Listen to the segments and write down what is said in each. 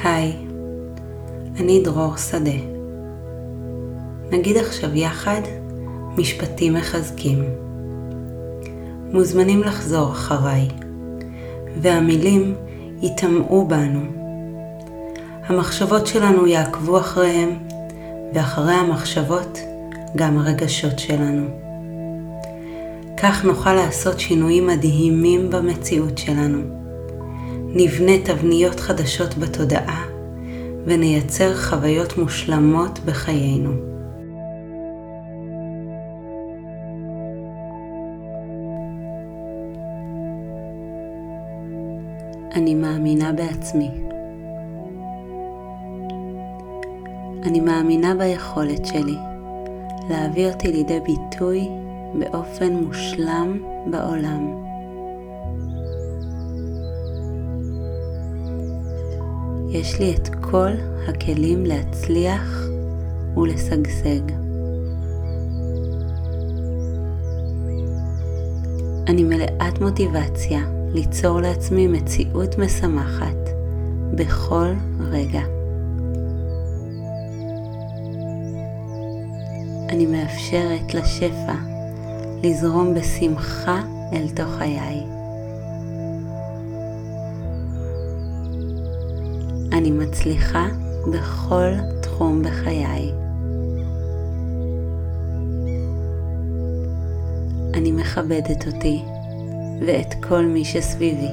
היי, אני דרור שדה. נגיד עכשיו יחד משפטים מחזקים. מוזמנים לחזור אחריי, והמילים יטמעו בנו. המחשבות שלנו יעקבו אחריהם, ואחרי המחשבות גם הרגשות שלנו. כך נוכל לעשות שינויים מדהימים במציאות שלנו. נבנה תבניות חדשות בתודעה, ונייצר חוויות מושלמות בחיינו. אני מאמינה בעצמי. אני מאמינה ביכולת שלי להביא אותי לידי ביטוי באופן מושלם בעולם. יש לי את כל הכלים להצליח ולשגשג. אני מלאת מוטיבציה ליצור לעצמי מציאות משמחת בכל רגע. אני מאפשרת לשפע לזרום בשמחה אל תוך חיי. אני מצליחה בכל תחום בחיי. אני מכבדת אותי ואת כל מי שסביבי.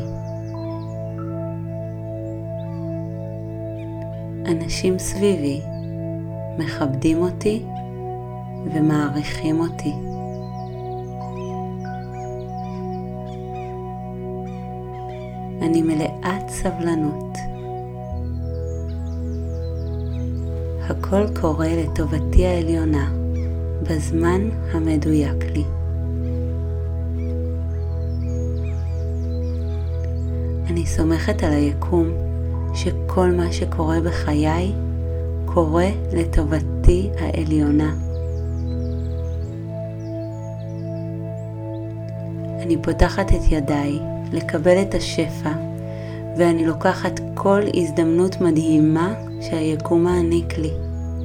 אנשים סביבי מכבדים אותי ומעריכים אותי. אני מלאת סבלנות. הכל קורה לטובתי העליונה בזמן המדויק לי. אני סומכת על היקום שכל מה שקורה בחיי קורה לטובתי העליונה. אני פותחת את ידיי לקבל את השפע, ואני לוקחת כל הזדמנות מדהימה שהיקום מעניק לי.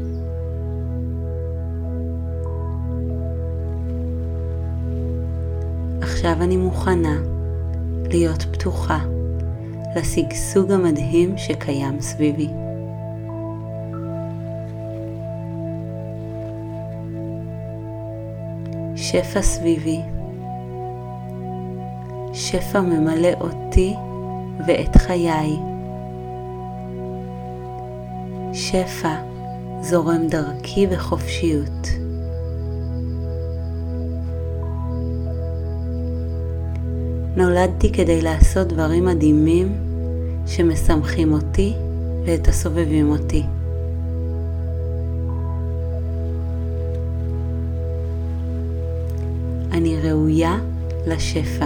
עכשיו אני מוכנה להיות פתוחה לשגשוג המדהים שקיים סביבי. שפע סביבי. שפע ממלא אותי ואת חיי. שפע זורם דרכי בחופשיות. נולדתי כדי לעשות דברים מדהימים שמשמחים אותי ואת הסובבים אותי. אני ראויה לשפע.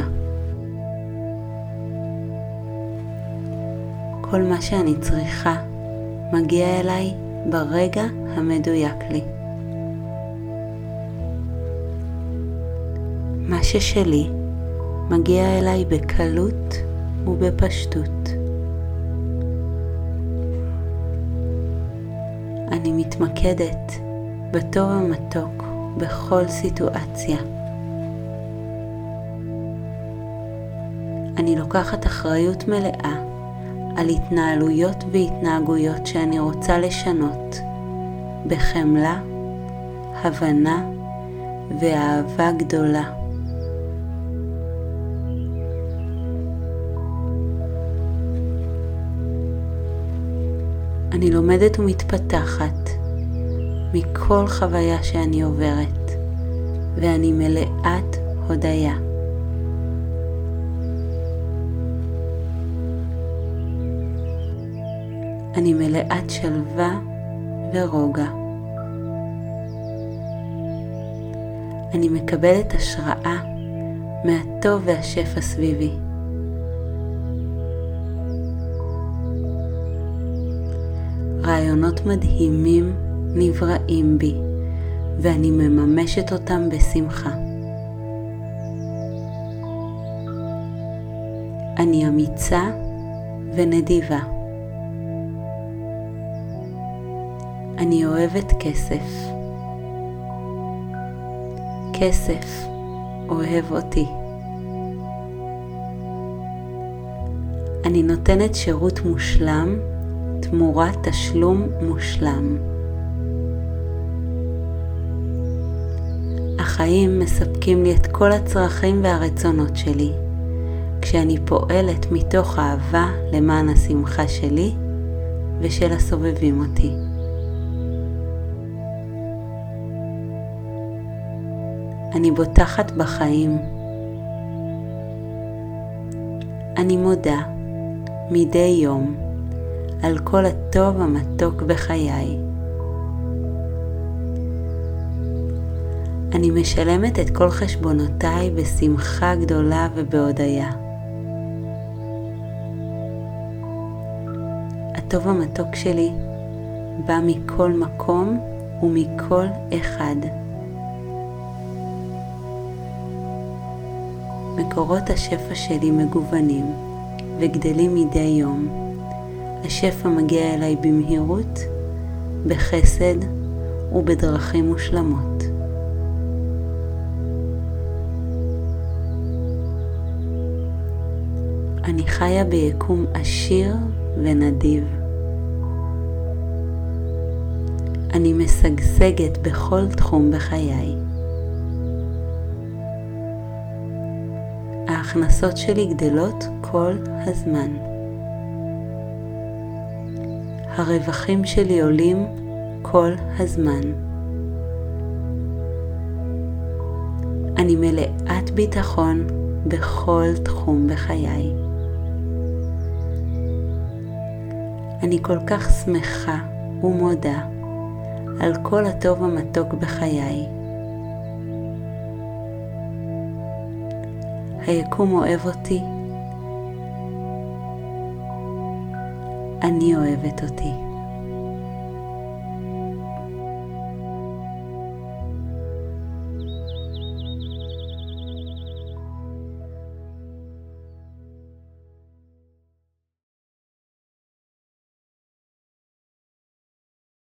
כל מה שאני צריכה מגיע אליי ברגע המדויק לי. מה ששלי מגיע אליי בקלות ובפשטות. אני מתמקדת בטוב המתוק בכל סיטואציה. אני לוקחת אחריות מלאה על התנהלויות והתנהגויות שאני רוצה לשנות, בחמלה, הבנה ואהבה גדולה. אני לומדת ומתפתחת מכל חוויה שאני עוברת, ואני מלאת הודיה. אני מלאת שלווה ורוגע. אני מקבלת השראה מהטוב והשפע סביבי. רעיונות מדהימים נבראים בי, ואני מממשת אותם בשמחה. אני אמיצה ונדיבה. אני אוהבת כסף. כסף אוהב אותי. אני נותנת שירות מושלם תמורת תשלום מושלם. החיים מספקים לי את כל הצרכים והרצונות שלי, כשאני פועלת מתוך אהבה למען השמחה שלי ושל הסובבים אותי. אני בוטחת בחיים. אני מודה מדי יום על כל הטוב המתוק בחיי. אני משלמת את כל חשבונותיי בשמחה גדולה ובהודיה. הטוב המתוק שלי בא מכל מקום ומכל אחד. מקורות השפע שלי מגוונים וגדלים מדי יום. השפע מגיע אליי במהירות, בחסד ובדרכים מושלמות. אני חיה ביקום עשיר ונדיב. אני משגשגת בכל תחום בחיי. ההכנסות שלי גדלות כל הזמן. הרווחים שלי עולים כל הזמן. אני מלאת ביטחון בכל תחום בחיי. אני כל כך שמחה ומודה על כל הטוב המתוק בחיי. היקום אוהב אותי. אני אוהבת אותי.